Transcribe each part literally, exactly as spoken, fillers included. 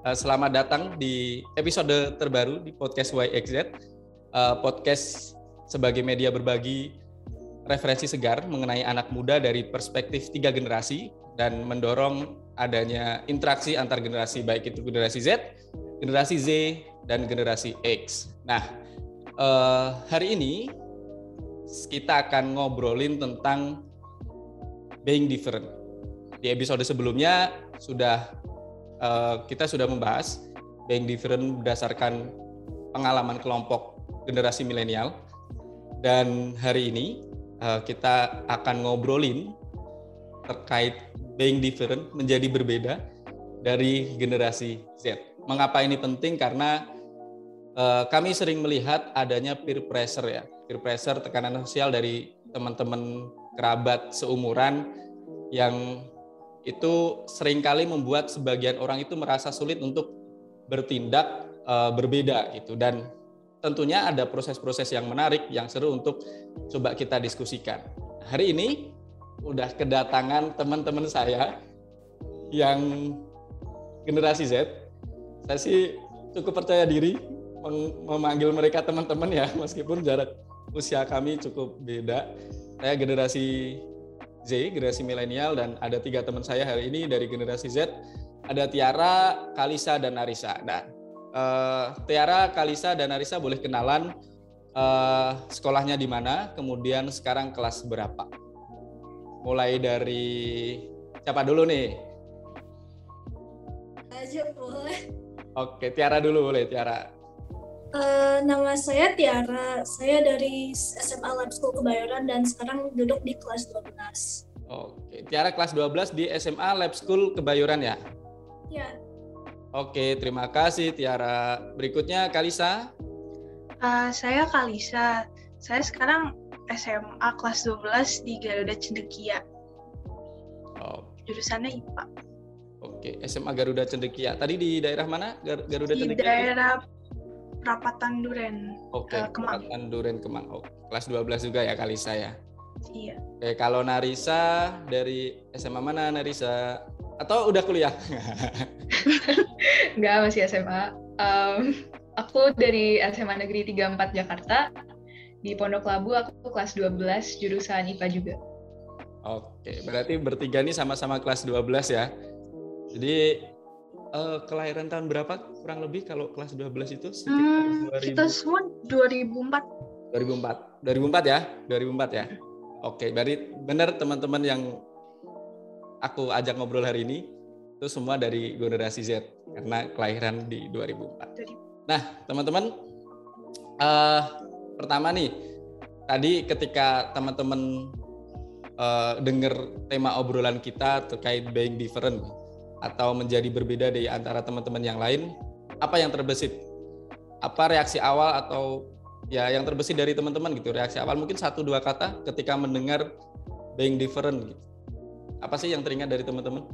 Uh, selamat datang di episode terbaru di podcast Y X Z. Uh, podcast sebagai media berbagi referensi segar mengenai anak muda dari perspektif tiga generasi dan mendorong adanya interaksi antar generasi, baik itu generasi Z, generasi Z, dan generasi X. Nah, uh, hari ini kita akan ngobrolin tentang being different. Di episode sebelumnya sudah uh, kita sudah membahas being different berdasarkan pengalaman kelompok generasi milenial, dan hari ini uh, kita akan ngobrolin terkait being different, menjadi berbeda dari generasi Z. Mengapa ini penting? Karena uh, kami sering melihat adanya peer pressure ya, peer pressure, tekanan sosial dari teman-teman kerabat seumuran yang itu seringkali membuat sebagian orang itu merasa sulit untuk bertindak uh, berbeda gitu, dan tentunya ada proses-proses yang menarik, yang seru untuk coba kita diskusikan. Hari ini udah kedatangan teman-teman saya yang generasi Z. Saya sih cukup percaya diri memanggil mereka teman-teman ya, meskipun jarak usia kami cukup beda. Saya generasi Z, generasi milenial, dan ada tiga teman saya hari ini dari generasi Z. Ada Tiara, Kalisa, dan Narisa. Nah, uh, Tiara, Kalisa, dan Narisa boleh kenalan uh, sekolahnya di mana, kemudian sekarang kelas berapa? Mulai dari siapa dulu nih? Aja boleh. Oke, Tiara dulu boleh, Tiara. Uh, nama saya Tiara, saya dari S M A Lab School Kebayoran dan sekarang duduk di kelas dua belas. Oke, Tiara kelas dua belas di S M A Lab School Kebayoran ya? Ya. Oke, terima kasih Tiara. Berikutnya Kalisa. Uh, saya Kalisa, saya sekarang S M A kelas dua belas di Garuda Cendekia. Oh. Jurusannya I P A. Oke, S M A Garuda Cendekia. Tadi di daerah mana? Gar- Garuda di Cendekia? Di daerah Perapatan Duren. Oke, uh, Kemang. Perapatan Duren Kemang. Oh, kelas dua belas juga ya Kalisa ya? Iya. Oke, kalau Narisa dari S M A mana Narisa? Atau udah kuliah? Enggak, masih S M A. Um, aku dari S M A Negeri tiga puluh empat Jakarta. Di Pondok Labu aku kelas dua belas, jurusan I P A juga. Oke, berarti bertiga nih sama-sama kelas dua belas ya. Jadi uh, kelahiran tahun berapa kurang lebih kalau kelas dua belas itu? Hmm, dua ribu kita semua dua ribu empat. dua ribu empat. dua ribu empat ya? dua ribu empat ya? Oke, berarti benar teman-teman yang aku ajak ngobrol hari ini itu semua dari generasi Z karena kelahiran di dua ribu empat. Nah, teman-teman, uh, pertama nih, tadi ketika teman-teman uh, dengar tema obrolan kita terkait being different atau menjadi berbeda dari antara teman-teman yang lain, apa yang terbesit? Apa reaksi awal atau ya yang terbesit dari teman-teman gitu, reaksi awal mungkin satu dua kata ketika mendengar being different gitu. Apa sih yang teringat dari teman-teman?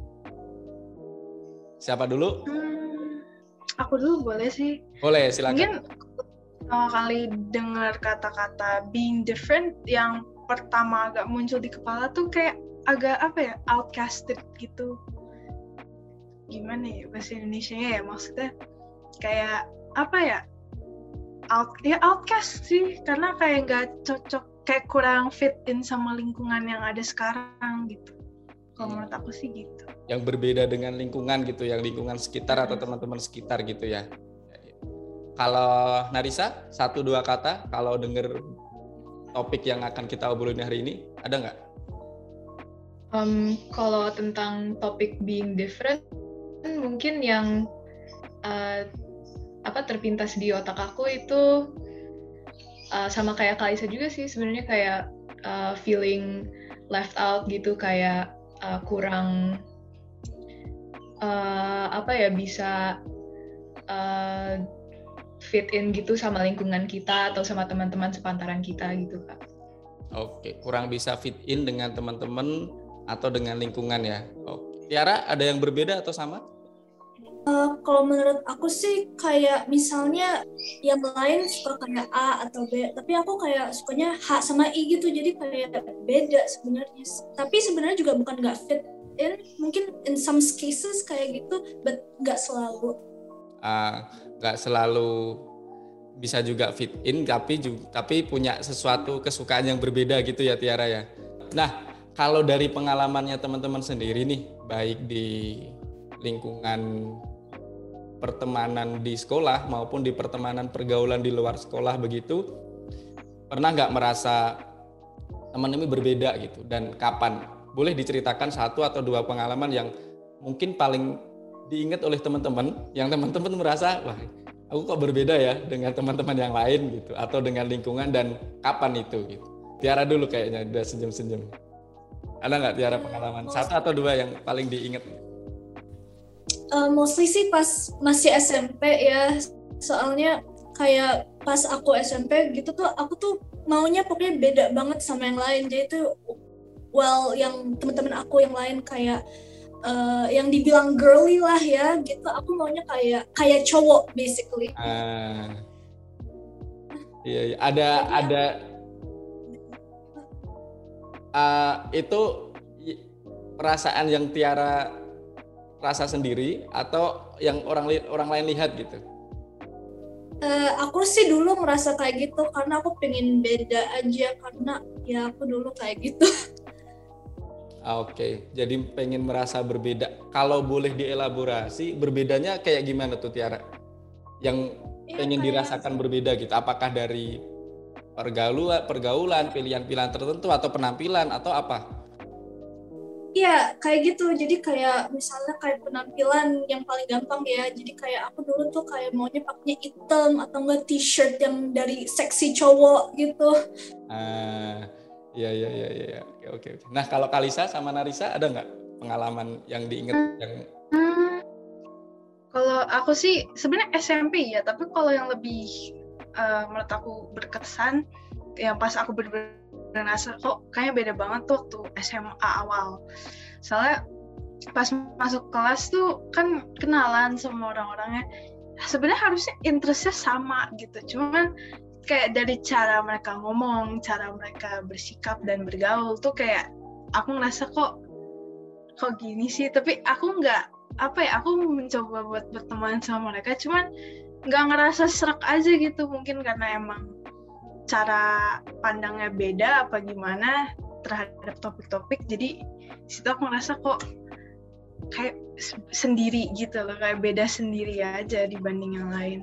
Siapa dulu? Hmm, aku dulu boleh sih. Boleh, silakan. Mungkin pertama kali dengar kata-kata being different, yang pertama agak muncul di kepala tuh kayak agak apa ya, outcasted gitu. Gimana ya bahasa Indonesianya ya, maksudnya kayak apa ya, out ya outcast sih, karena kayak nggak cocok, kayak kurang fit in sama lingkungan yang ada sekarang gitu. Kalau menurut aku sih gitu. Yang berbeda dengan lingkungan gitu, yang lingkungan sekitar atau teman-teman sekitar gitu ya. Kalau Narisa, satu dua kata kalau denger topik yang akan kita obrolin hari ini, ada nggak? Um, kalau tentang topik being different, mungkin yang uh, apa terpintas di otak aku itu uh, sama kayak Kalisa juga sih sebenarnya, kayak uh, feeling left out gitu, kayak uh, kurang uh, apa ya, bisa uh, fit in gitu sama lingkungan kita atau sama teman-teman sepantaran kita gitu Kak. Oke, kurang bisa fit in dengan teman-teman atau dengan lingkungan ya. Oke. Tiara, ada yang berbeda atau sama? Uh, kalau menurut aku sih kayak misalnya yang lain suka kayak A atau B, tapi aku kayak sukanya H sama I gitu, jadi kayak beda sebenarnya. Tapi sebenarnya juga bukan nggak fit in, mungkin in some cases kayak gitu, but nggak selalu. nggak uh, selalu bisa juga fit in, tapi juga, tapi punya sesuatu kesukaan yang berbeda gitu ya Tiara ya. Nah, kalau dari pengalamannya teman-teman sendiri nih, baik di lingkungan pertemanan di sekolah maupun di pertemanan pergaulan di luar sekolah begitu, pernah nggak merasa teman ini berbeda gitu, dan kapan? Boleh diceritakan satu atau dua pengalaman yang mungkin paling diingat oleh teman-teman, yang teman-teman merasa, wah aku kok berbeda ya dengan teman-teman yang lain gitu, atau dengan lingkungan, dan kapan itu gitu. Tiara dulu kayaknya udah senyum-senyum. Ada nggak Tiara pengalaman satu atau dua yang paling diingat? Uh, mostly sih pas masih S M P ya, soalnya kayak pas aku S M P gitu tuh aku tuh maunya pokoknya beda banget sama yang lain. Jadi tuh well yang teman-teman aku yang lain kayak uh, yang dibilang girly lah ya gitu, aku maunya kayak kayak cowok basically. Ah, iya, iya. ada Jadi ada uh, itu perasaan yang Tiara rasa sendiri atau yang orang orang lain lihat gitu? Uh, aku sih dulu merasa kayak gitu karena aku pengen beda aja, karena ya aku dulu kayak gitu. Oke, okay. Jadi pengen merasa berbeda. Kalau boleh dielaborasi, berbedanya kayak gimana tuh Tiara? Yang ya, pengen kayak... dirasakan berbeda gitu? Apakah dari pergaulan, pergaulan, pilihan-pilihan tertentu, atau penampilan, atau apa? Iya, kayak gitu. Jadi kayak misalnya kayak penampilan yang paling gampang ya. Jadi kayak aku dulu tuh kayak maunya pakainya hitam atau enggak t-shirt yang dari seksi cowok gitu. Ah, iya iya iya iya. Oke oke oke. Nah, kalau Kalisa sama Narisa ada nggak pengalaman yang diingat hmm. yang hmm. Kalau aku sih sebenarnya S M P ya, tapi kalau yang lebih uh, menurut aku berkesan yang pas aku ber dan rasa kok kayaknya beda banget tuh waktu S M A awal. Soalnya pas masuk kelas tuh kan kenalan sama orang-orangnya. Sebenarnya harusnya interestnya sama gitu. Cuman kayak dari cara mereka ngomong, cara mereka bersikap dan bergaul tuh kayak aku ngerasa kok kok gini sih. Tapi aku nggak apa ya, aku mencoba buat berteman sama mereka. Cuman nggak ngerasa serak aja gitu. Mungkin karena emang cara pandangnya beda apa gimana terhadap topik-topik, jadi situ aku ngerasa kok kayak sendiri gitu loh, kayak beda sendiri aja dibanding yang lain.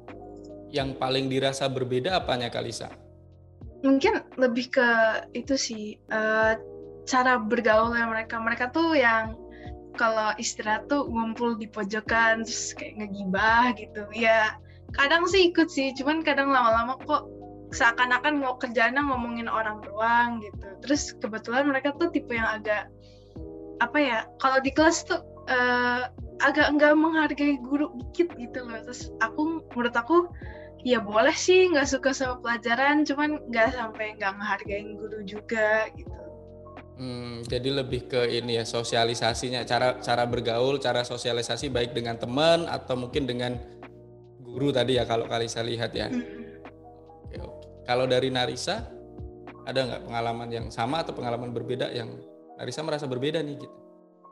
Yang paling dirasa berbeda apanya Kalisa? Mungkin lebih ke itu sih, uh, cara bergaulnya mereka. Mereka tuh yang kalau istirahat tuh ngumpul di pojokan terus kayak ngegibah gitu ya. Kadang sih ikut sih, cuman kadang lama-lama kok seakan-akan mau kerjanya ngomongin orang doang gitu. Terus kebetulan mereka tuh tipe yang agak apa ya, kalau di kelas tuh uh, agak enggak menghargai guru dikit gitu loh. Terus aku menurut aku ya boleh sih nggak suka sama pelajaran, cuman nggak sampai nggak menghargain guru juga gitu. Hmm, jadi lebih ke ini ya, sosialisasinya, cara cara bergaul, cara sosialisasi baik dengan teman atau mungkin dengan guru tadi ya kalau Kalisa lihat ya. Hmm. Oke, oke. Kalau dari Narisa, ada nggak pengalaman yang sama atau pengalaman berbeda yang Narisa merasa berbeda nih gitu?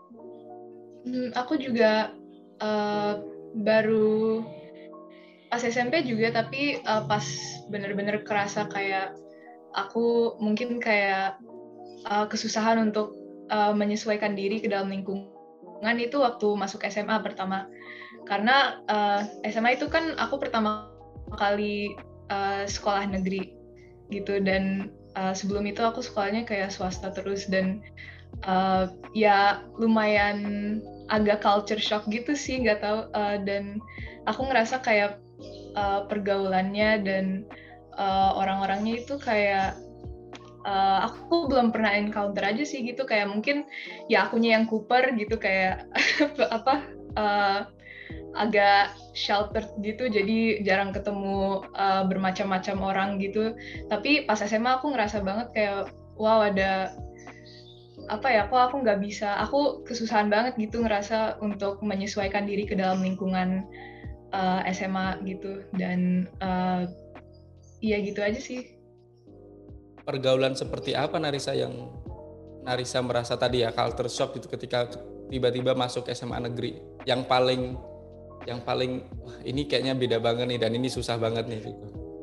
Hmm, aku juga uh, baru pas S M P juga, tapi uh, pas bener-bener kerasa kayak aku mungkin kayak uh, kesusahan untuk uh, menyesuaikan diri ke dalam lingkungan itu waktu masuk S M A pertama. Karena uh, S M A itu kan aku pertama kali uh, sekolah negeri gitu, dan uh, sebelum itu aku sekolahnya kayak swasta terus, dan uh, ya lumayan agak culture shock gitu sih, nggak tahu, uh, dan aku ngerasa kayak uh, pergaulannya dan uh, orang-orangnya itu kayak uh, aku belum pernah encounter aja sih gitu, kayak mungkin ya akunya yang kuper gitu, kayak apa uh, agak sheltered gitu, jadi jarang ketemu uh, bermacam-macam orang gitu. Tapi pas S M A aku ngerasa banget kayak wow, ada apa ya, kok aku nggak bisa, aku kesusahan banget gitu ngerasa untuk menyesuaikan diri ke dalam lingkungan uh, S M A gitu, dan uh, iya gitu aja sih. Pergaulan seperti apa Narisa yang Narisa merasa tadi ya culture shock gitu ketika tiba-tiba masuk S M A negeri, yang paling yang paling wah, ini kayaknya beda banget nih dan ini susah banget nih gitu?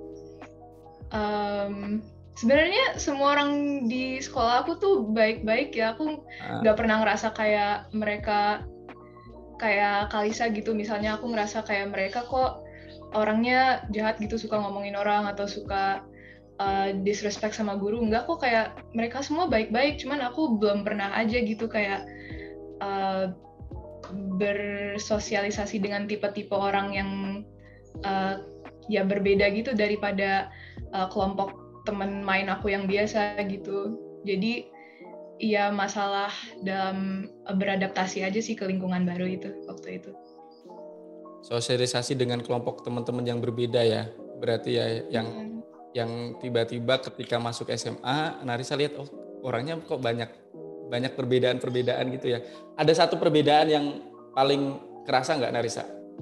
Um, sebenarnya semua orang di sekolah aku tuh baik-baik ya. Aku nggak ah. pernah ngerasa kayak mereka kayak Kalisa gitu. Misalnya aku ngerasa kayak mereka kok orangnya jahat gitu, suka ngomongin orang atau suka uh, disrespect sama guru. Enggak kok, kayak mereka semua baik-baik. Cuman aku belum pernah aja gitu kayak uh, bersosialisasi dengan tipe-tipe orang yang uh, ya berbeda gitu daripada uh, kelompok teman main aku yang biasa gitu. Jadi ya masalah dalam beradaptasi aja sih ke lingkungan baru itu waktu itu. Sosialisasi dengan kelompok teman-teman yang berbeda ya, berarti ya yang hmm. yang tiba-tiba ketika masuk S M A, Narisa lihat oh orangnya kok banyak banyak perbedaan-perbedaan gitu ya. Ada satu perbedaan yang paling kerasa nggak Narisa?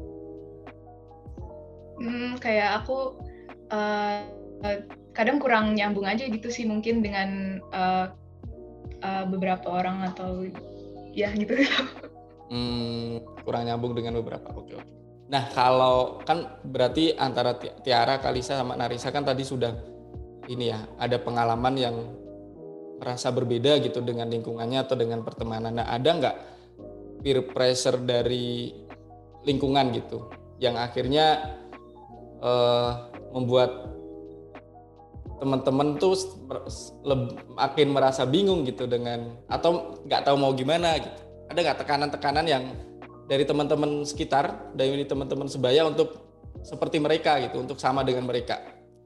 Hmm, kayak aku uh, kadang kurang nyambung aja gitu sih mungkin dengan uh, uh, beberapa orang atau ya gitu. Hmm, kurang nyambung dengan beberapa. Oke oke. Nah kalau kan berarti antara Tiara, Kalisa sama Narisa kan tadi sudah ini ya ada pengalaman yang merasa berbeda gitu dengan lingkungannya atau dengan pertemanan. Nah ada nggak peer pressure dari lingkungan gitu yang akhirnya uh, membuat teman-teman tuh makin merasa bingung gitu dengan atau nggak tahu mau gimana gitu. Ada nggak tekanan-tekanan yang dari teman-teman sekitar, dari teman-teman sebaya untuk seperti mereka gitu, untuk sama dengan mereka?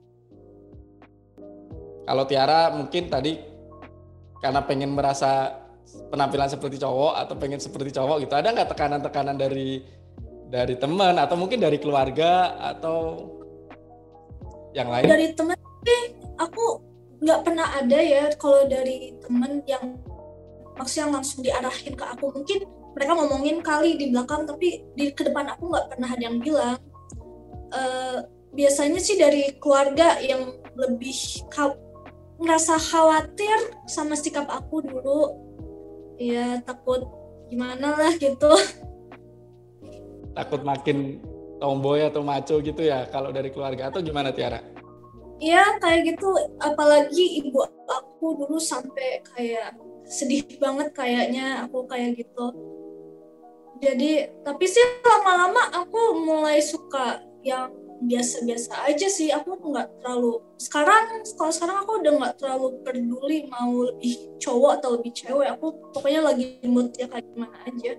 Kalau Tiara mungkin tadi karena pengen merasa penampilan seperti cowok atau pengen seperti cowok gitu, ada nggak tekanan-tekanan dari dari teman atau mungkin dari keluarga atau yang lain? Dari teman sih aku nggak pernah ada ya. Kalau dari teman yang maksudnya langsung diarahin ke aku, mungkin mereka ngomongin kali di belakang, tapi di ke depan aku nggak pernah ada yang bilang. Uh, biasanya sih dari keluarga yang lebih ka- ngerasa khawatir sama sikap aku dulu, ya takut gimana lah gitu. Takut makin tomboy atau maco gitu ya kalau dari keluarga, atau gimana Tiara? Iya kayak gitu, apalagi ibu aku dulu sampai kayak sedih banget kayaknya aku kayak gitu. Jadi tapi sih lama-lama aku mulai suka yang biasa-biasa aja sih. Aku nggak terlalu sekarang kalau sekarang aku udah nggak terlalu peduli mau lebih cowok atau lebih cewek. Aku pokoknya lagi mood ya kayak gimana aja.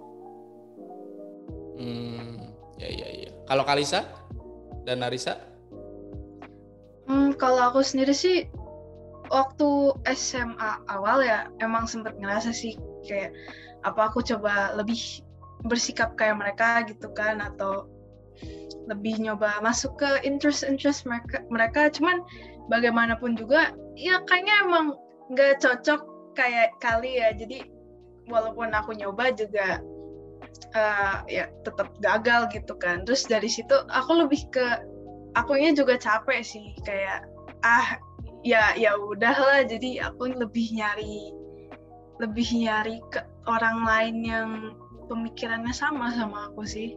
Hmm, ya ya ya. Kalau Kalisa dan Narisa? Hmm, kalau aku sendiri sih waktu S M A awal ya emang sempet ngerasa sih kayak apa aku coba lebih bersikap kayak mereka gitu kan, atau lebih nyoba masuk ke interest-interest mereka, mereka cuman bagaimanapun juga ya kayaknya emang nggak cocok kayak kali ya. Jadi walaupun aku nyoba juga uh, ya tetap gagal gitu kan. Terus dari situ aku lebih ke akunya juga capek sih, kayak ah ya ya udahlah. Jadi aku lebih nyari lebih nyari ke orang lain yang pemikirannya sama sama aku sih.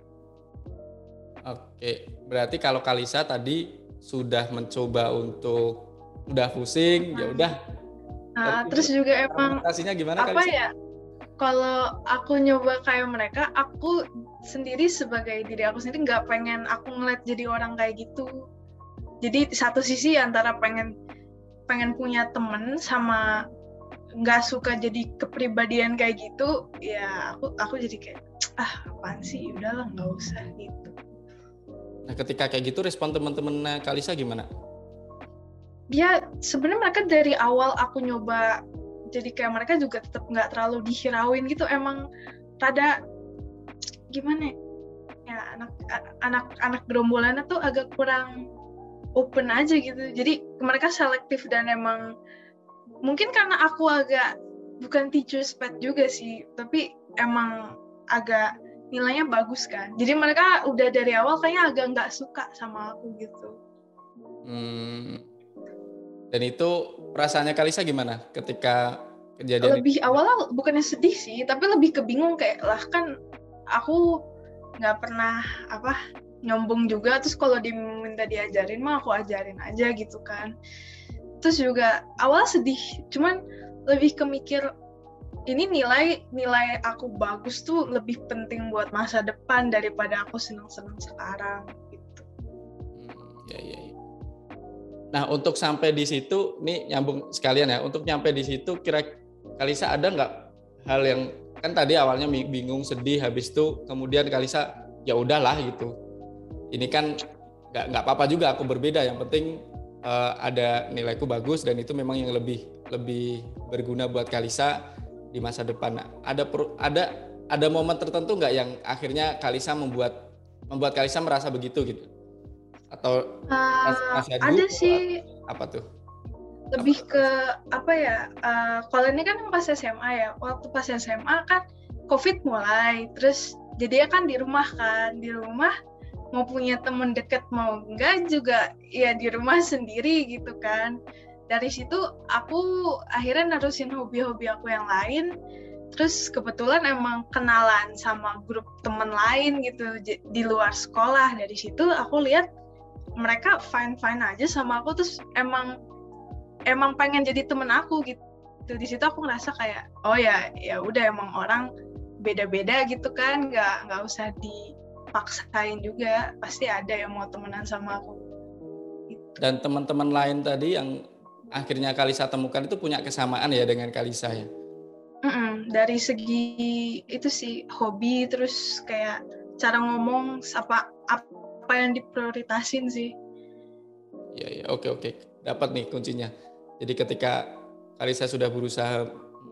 Oke, berarti kalau Kalisa tadi sudah mencoba untuk udah pusing, hmm. ya udah. Nah, terus juga emang gimana, apa Kalisa? ya? Kalau aku nyoba kayak mereka, aku sendiri sebagai diri aku sendiri nggak pengen aku ngeliat jadi orang kayak gitu. Jadi satu sisi antara pengen pengen punya temen sama nggak suka jadi kepribadian kayak gitu, ya aku aku jadi kayak ah apaan sih, udahlah nggak usah gitu. Nah ketika kayak gitu respon teman-teman Kalisa gimana? Ya sebenarnya mereka dari awal aku nyoba jadi kayak mereka juga tetap nggak terlalu dihirauin gitu. Emang rada gimana ya, anak anak anak gerombolannya tuh agak kurang open aja gitu. Jadi mereka selektif dan emang mungkin karena aku agak bukan teacher's pet juga sih, tapi emang agak nilainya bagus kan. Jadi mereka udah dari awal kayaknya agak nggak suka sama aku gitu. Hmm. Dan itu perasaannya Kalisa gimana ketika kejadian lebih itu? Awalnya bukannya sedih sih, tapi lebih kebingung kayak lah kan aku nggak pernah apa nyombong juga. Terus kalau diminta diajarin mah aku ajarin aja gitu kan. Terus juga awal sedih, cuman lebih ke mikir ini nilai nilai aku bagus tuh lebih penting buat masa depan daripada aku senang-senang sekarang gitu. Hmm, ya, ya, ya. Nah, untuk sampai di situ, nih nyambung sekalian ya. Untuk nyampe di situ, kira Kalisa ada nggak hal yang kan tadi awalnya bingung, sedih, habis itu kemudian Kalisa ya udahlah gitu. Ini kan nggak nggak apa-apa juga, aku berbeda. Yang penting uh, ada nilaiku bagus dan itu memang yang lebih lebih berguna buat Kalisa di masa depan. Nah, ada ada ada momen tertentu nggak yang akhirnya Kalisa membuat membuat Kalisa merasa begitu gitu? Atau uh, masih ada sih apa tuh? Lebih apa ke apa ya? Uh, kalau ini kan pas S M A ya. Waktu pas S M A kan COVID mulai, terus jadinya kan di rumah kan, di rumah mau punya temen deket mau enggak juga ya di rumah sendiri gitu kan. Dari situ aku akhirnya nerusin hobi-hobi aku yang lain. Terus kebetulan emang kenalan sama grup temen lain gitu di luar sekolah. Dari situ aku lihat mereka fine-fine aja sama aku, terus emang emang pengen jadi temen aku gitu. Di situ aku ngerasa kayak oh ya ya udah emang orang beda-beda gitu kan, nggak nggak usah dipaksain juga, pasti ada yang mau temenan sama aku. Gitu. Dan teman-teman lain tadi yang akhirnya Kalisa temukan itu punya kesamaan ya dengan Kalisa ya? Mm-mm, dari segi itu sih hobi, terus kayak cara ngomong, apa apa yang diprioritasin sih. Ya ya oke oke dapat nih kuncinya. Jadi ketika Kalisa sudah berusaha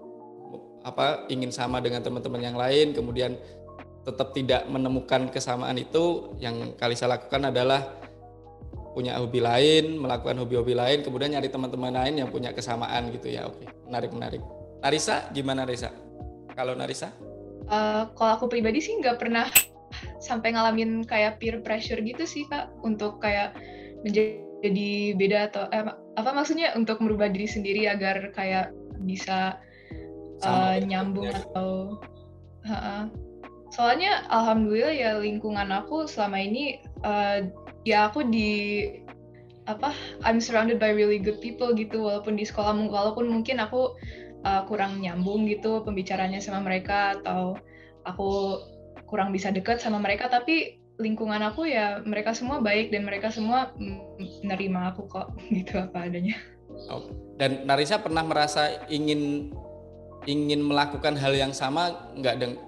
apa ingin sama dengan teman-teman yang lain, kemudian tetap tidak menemukan kesamaan itu, yang Kalisa lakukan adalah punya hobi lain, melakukan hobi-hobi lain, kemudian nyari teman-teman lain yang punya kesamaan gitu ya. Oke, menarik menarik. Narisa gimana Narisa? Kalau Narisa? Uh, kalau aku pribadi sih nggak pernah sampai ngalamin kayak peer pressure gitu sih Kak, untuk kayak menjadi beda atau eh, apa maksudnya untuk merubah diri sendiri agar kayak bisa uh, nyambung ya. Atau uh, soalnya alhamdulillah ya lingkungan aku selama ini uh, ya aku di apa I'm surrounded by really good people gitu, walaupun di sekolah walaupun mungkin aku uh, kurang nyambung gitu pembicaranya sama mereka atau aku kurang bisa dekat sama mereka, tapi lingkungan aku ya mereka semua baik dan mereka semua menerima aku kok gitu apa adanya. Oh. Dan Narisa pernah merasa ingin ingin melakukan hal yang sama nggak dengan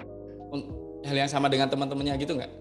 hal yang sama dengan teman-temannya gitu nggak?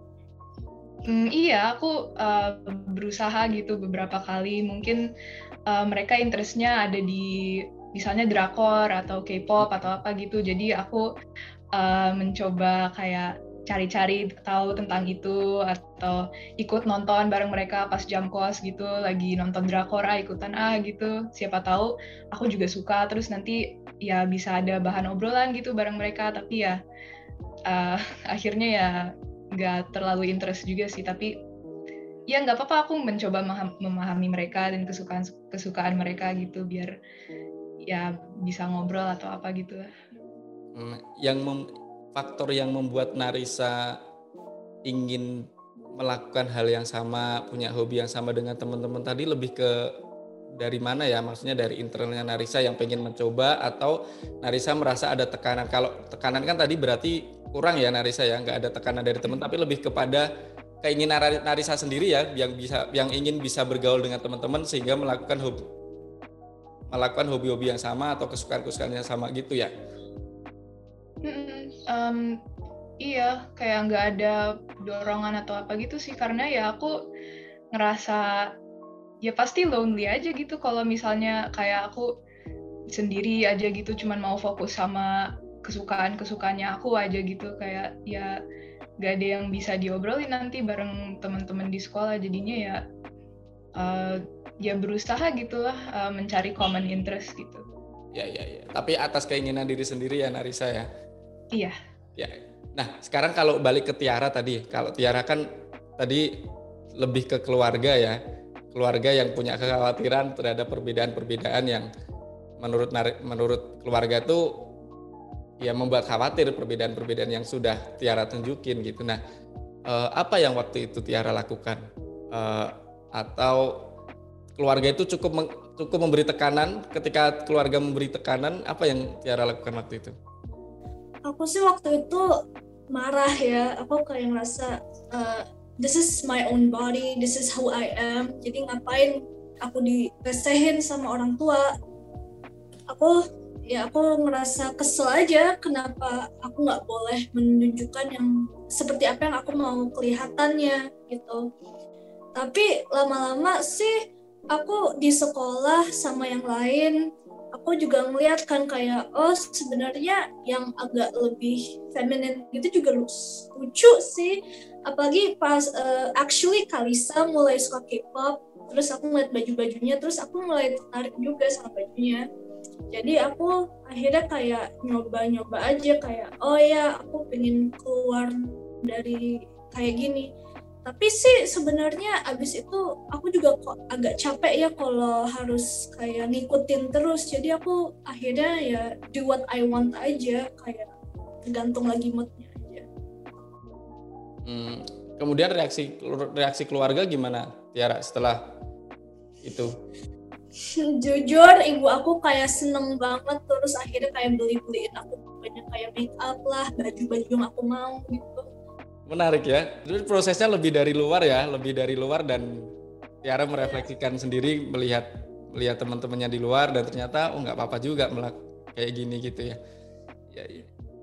Hmm, iya, aku uh, berusaha gitu beberapa kali. Mungkin uh, mereka interestnya ada di misalnya drakor atau K-pop atau apa gitu. Jadi aku uh, mencoba kayak cari-cari tahu tentang itu atau ikut nonton bareng mereka pas jam kos gitu, lagi nonton drakor ah ikutan ah gitu. Siapa tahu aku juga suka, terus nanti ya bisa ada bahan obrolan gitu bareng mereka. Tapi ya uh, akhirnya ya nggak terlalu interest juga sih, tapi ya nggak apa-apa, aku mencoba memahami mereka dan kesukaan kesukaan mereka gitu biar ya bisa ngobrol atau apa gitu. Yang mem- faktor yang membuat Narisa ingin melakukan hal yang sama, punya hobi yang sama dengan teman-teman tadi lebih ke dari mana ya? Maksudnya dari internalnya Narisa yang pengen mencoba atau Narisa merasa ada tekanan? Kalau tekanan kan tadi berarti kurang ya Narisa ya, nggak ada tekanan dari teman, tapi lebih kepada keinginan Narisa sendiri ya, yang bisa yang ingin bisa bergaul dengan teman-teman sehingga melakukan hobi melakukan hobi-hobi yang sama atau kesukaan-kesukaan yang sama gitu ya. Um, iya, kayak nggak ada dorongan atau apa gitu sih, karena ya aku ngerasa ya pasti lonely aja gitu kalau misalnya kayak aku sendiri aja gitu, cuman mau fokus sama kesukaan-kesukaannya aku aja gitu, kayak ya gak ada yang bisa diobrolin nanti bareng teman-teman di sekolah, jadinya ya uh, ya berusaha gitulah uh, mencari common interest gitu. Ya ya ya. Tapi atas keinginan diri sendiri ya Narisa ya. Iya. Ya. Nah sekarang kalau balik ke Tiara tadi, kalau Tiara kan tadi lebih ke keluarga ya, keluarga yang punya kekhawatiran terhadap perbedaan-perbedaan yang menurut menurut keluarga tuh ya membuat khawatir perbedaan-perbedaan yang sudah Tiara tunjukin gitu. Nah, uh, apa yang waktu itu Tiara lakukan? Uh, atau keluarga itu cukup meng, cukup memberi tekanan? Ketika keluarga memberi tekanan, apa yang Tiara lakukan waktu itu? Aku sih waktu itu marah ya. Aku kayak ngerasa uh, this is my own body, this is who I am. Jadi ngapain aku diresehin sama orang tua? Aku ya aku ngerasa kesel aja kenapa aku nggak boleh menunjukkan yang seperti apa yang aku mau kelihatannya gitu. Tapi lama-lama sih aku di sekolah sama yang lain, aku juga ngeliat kan kayak oh sebenarnya yang agak lebih feminin gitu juga lucu sih. Apalagi pas uh, actually Kalisa mulai suka K-pop, terus aku ngeliat baju-bajunya, terus aku mulai tertarik juga sama bajunya. Jadi aku akhirnya kayak nyoba-nyoba aja kayak oh ya aku pengen keluar dari kayak gini. Tapi sih sebenarnya abis itu aku juga kok agak capek ya kalau harus kayak ngikutin terus. Jadi aku akhirnya ya do what I want aja, kayak tergantung lagi moodnya aja. Hmm, kemudian reaksi reaksi keluarga gimana Tiara setelah itu? Jujur ibu aku kayak seneng banget, terus akhirnya kayak beli-beliin aku banyak kayak make up lah, baju-baju yang aku mau gitu. Menarik ya, jadi prosesnya lebih dari luar ya, lebih dari luar dan Tiara merefleksikan sendiri melihat melihat teman-temannya di luar dan ternyata oh nggak apa-apa juga melak kayak gini gitu ya. Ya, ya.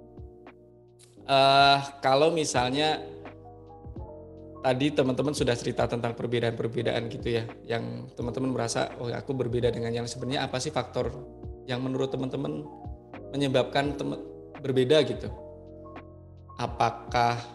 Uh, kalau misalnya tadi teman-teman sudah cerita tentang perbedaan-perbedaan gitu ya, yang teman-teman merasa, oh aku berbeda dengan yang sebenarnya apa sih faktor yang menurut teman-teman menyebabkan teman berbeda gitu? Apakah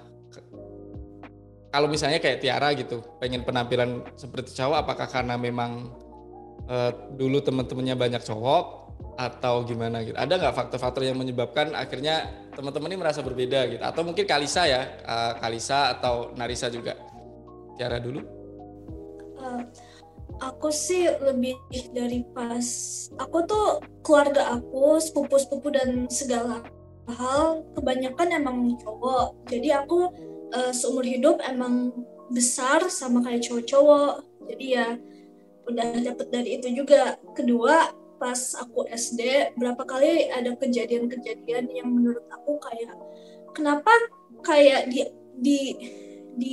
kalau misalnya kayak Tiara gitu, pengen penampilan seperti cowok, apakah karena memang uh, dulu teman-temannya banyak cowok atau gimana gitu? Ada nggak faktor-faktor yang menyebabkan akhirnya teman-teman ini merasa berbeda gitu? Atau mungkin Kalisa ya, uh, Kalisa atau Narisa juga? Tiara dulu. Uh, aku sih lebih dari pas aku tuh keluarga aku, sepupu-sepupu dan segala hal kebanyakan emang cowok. Jadi aku uh, seumur hidup emang besar sama kayak cowok-cowok. Jadi ya udah dapet dari itu juga. Kedua, pas aku S D berapa kali ada kejadian-kejadian yang menurut aku kayak kenapa kayak di di di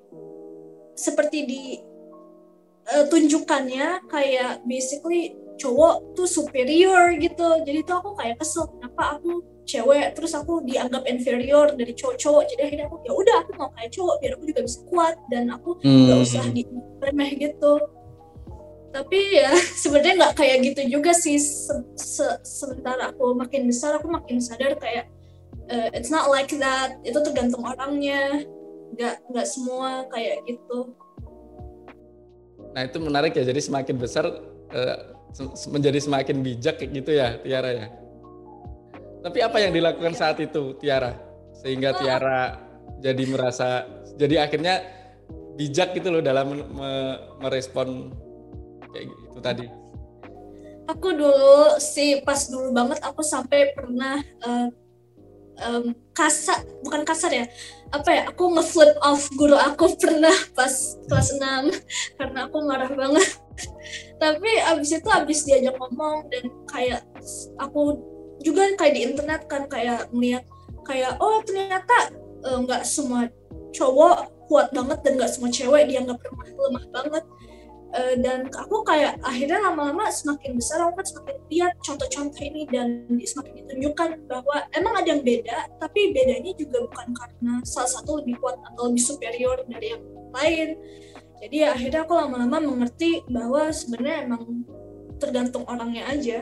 seperti di uh, tunjukannya kayak basically cowok tuh superior gitu. Jadi tuh aku kayak kesel kenapa aku cewek terus aku dianggap inferior dari cowok-cowok. Jadi akhirnya aku ya udah aku mau kayak cowok biar aku juga bisa kuat dan aku nggak hmm. usah diremeh gitu. Tapi ya sebenarnya nggak kayak gitu juga sih. Se- se- sementara aku makin besar aku makin sadar kayak uh, it's not like that. Itu tergantung orangnya, nggak nggak semua kayak gitu. Nah itu menarik ya. Jadi semakin besar uh, se- menjadi semakin bijak kayak gitu ya Tiara ya. Tapi apa yang dilakukan saat itu Tiara sehingga Tiara jadi merasa jadi akhirnya bijak gitu loh dalam me- merespon kayak gitu tadi? Aku dulu sih pas dulu banget aku sampai pernah uh, um, kasar, bukan kasar ya, apa ya, aku nge-flip off guru aku pernah pas kelas enam karena aku marah banget. Tapi abis itu abis diajak ngomong dan kayak aku juga kayak di internet kan kayak melihat kayak oh ternyata nggak uh, semua cowok kuat banget dan nggak semua cewek dianggap lemah lemah banget. Uh, dan aku kayak akhirnya lama-lama semakin besar aku kan semakin lihat contoh-contoh ini dan semakin ditunjukkan bahwa emang ada yang beda, tapi bedanya juga bukan karena salah satu lebih kuat atau lebih superior dari yang lain. Jadi akhirnya aku lama-lama mengerti bahwa sebenarnya emang tergantung orangnya aja.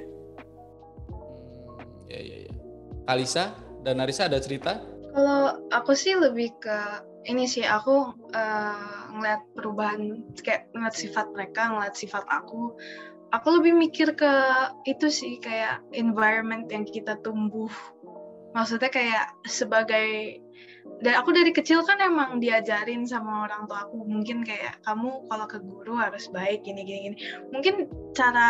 Ya ya ya. Kalisa dan Narisa ada cerita? Kalau aku sih lebih ke ini sih, aku uh, ngeliat perubahan, kayak ngeliat sifat mereka, ngeliat sifat aku. Aku lebih mikir ke itu sih, kayak environment yang kita tumbuh. Maksudnya kayak sebagai, dan aku dari kecil kan emang diajarin sama orang tua aku, mungkin kayak kamu kalau ke guru harus baik, gini-gini. Mungkin cara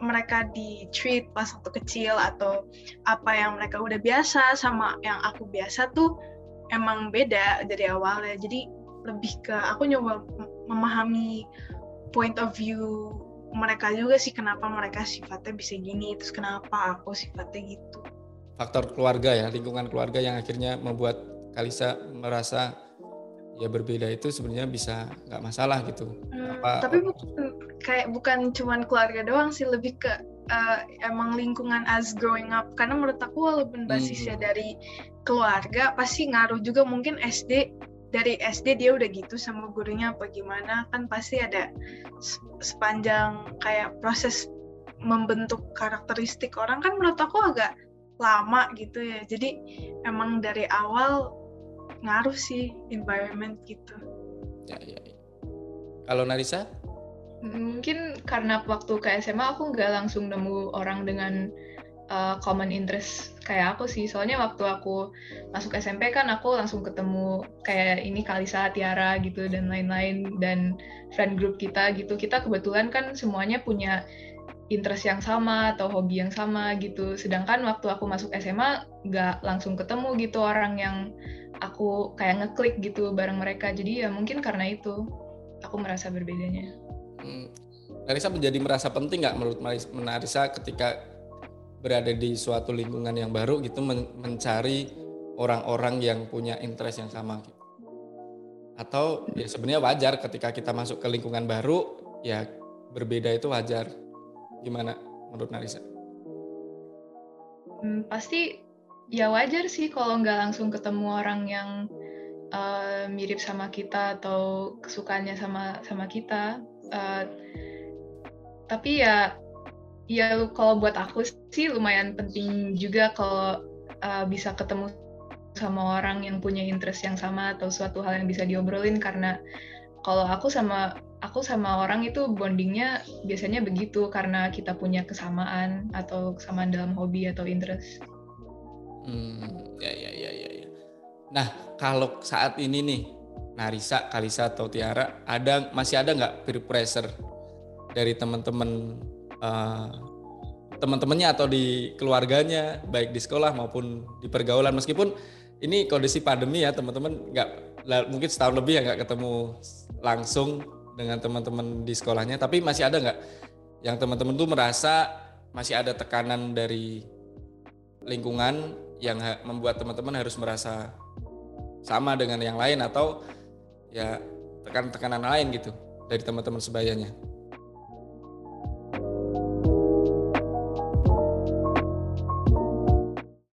mereka di treat pas waktu kecil atau apa yang mereka udah biasa sama yang aku biasa tuh emang beda dari awalnya. Jadi lebih ke aku nyoba memahami point of view mereka juga sih, kenapa mereka sifatnya bisa gini, terus kenapa aku sifatnya gitu. Faktor keluarga ya, lingkungan keluarga yang akhirnya membuat Kalisa merasa ya berbeda itu sebenarnya bisa nggak masalah gitu. Hmm, Apa, tapi bukan, kayak bukan cuman keluarga doang sih, lebih ke uh, emang lingkungan as growing up. Karena menurut aku walaupun basisnya hmm. dari keluarga pasti ngaruh juga. Mungkin S D, dari S D dia udah gitu sama gurunya apa gimana, kan pasti ada sepanjang kayak proses membentuk karakteristik orang kan menurut aku agak lama gitu ya. Jadi emang dari awal ngaruh sih environment gitu. Ya, ya, ya. Kalau Narisa? Mungkin karena waktu ke S M A aku nggak langsung nemu orang dengan uh, common interest kayak aku sih. Soalnya waktu aku masuk S M P kan aku langsung ketemu kayak ini Kalisa, Tiara gitu dan lain-lain, dan friend group kita gitu. Kita kebetulan kan semuanya punya interest yang sama atau hobi yang sama gitu. Sedangkan waktu aku masuk S M A nggak langsung ketemu gitu orang yang aku kayak ngeklik gitu bareng mereka. Jadi ya mungkin karena itu aku merasa berbedanya. Hmm. Narisa menjadi merasa penting nggak menurut Narisa ketika berada di suatu lingkungan yang baru gitu men- mencari orang-orang yang punya interest yang sama gitu? Atau ya sebenarnya wajar ketika kita masuk ke lingkungan baru ya berbeda itu wajar? Gimana menurut Narisa? Hmm, pasti ya wajar sih kalau nggak langsung ketemu orang yang uh, mirip sama kita atau kesukaannya sama sama kita. Uh, tapi ya ya kalau buat aku sih lumayan penting juga kalau uh, bisa ketemu sama orang yang punya interest yang sama atau suatu hal yang bisa diobrolin, karena kalau aku sama aku sama orang itu bondingnya biasanya begitu karena kita punya kesamaan atau kesamaan dalam hobi atau interest. Hmm, ya ya ya ya. ya. Nah, kalau saat ini nih, Narisa, Kalisa atau Tiara, ada masih ada nggak peer pressure dari teman-teman uh, teman-temannya atau di keluarganya, baik di sekolah maupun di pergaulan, meskipun ini kondisi pandemi ya teman-teman, nggak mungkin setahun lebih ya nggak ketemu langsung dengan teman-teman di sekolahnya, tapi masih ada nggak yang teman-teman tuh merasa masih ada tekanan dari lingkungan yang ha- membuat teman-teman harus merasa sama dengan yang lain atau ya tekan-tekanan lain gitu dari teman-teman sebayanya?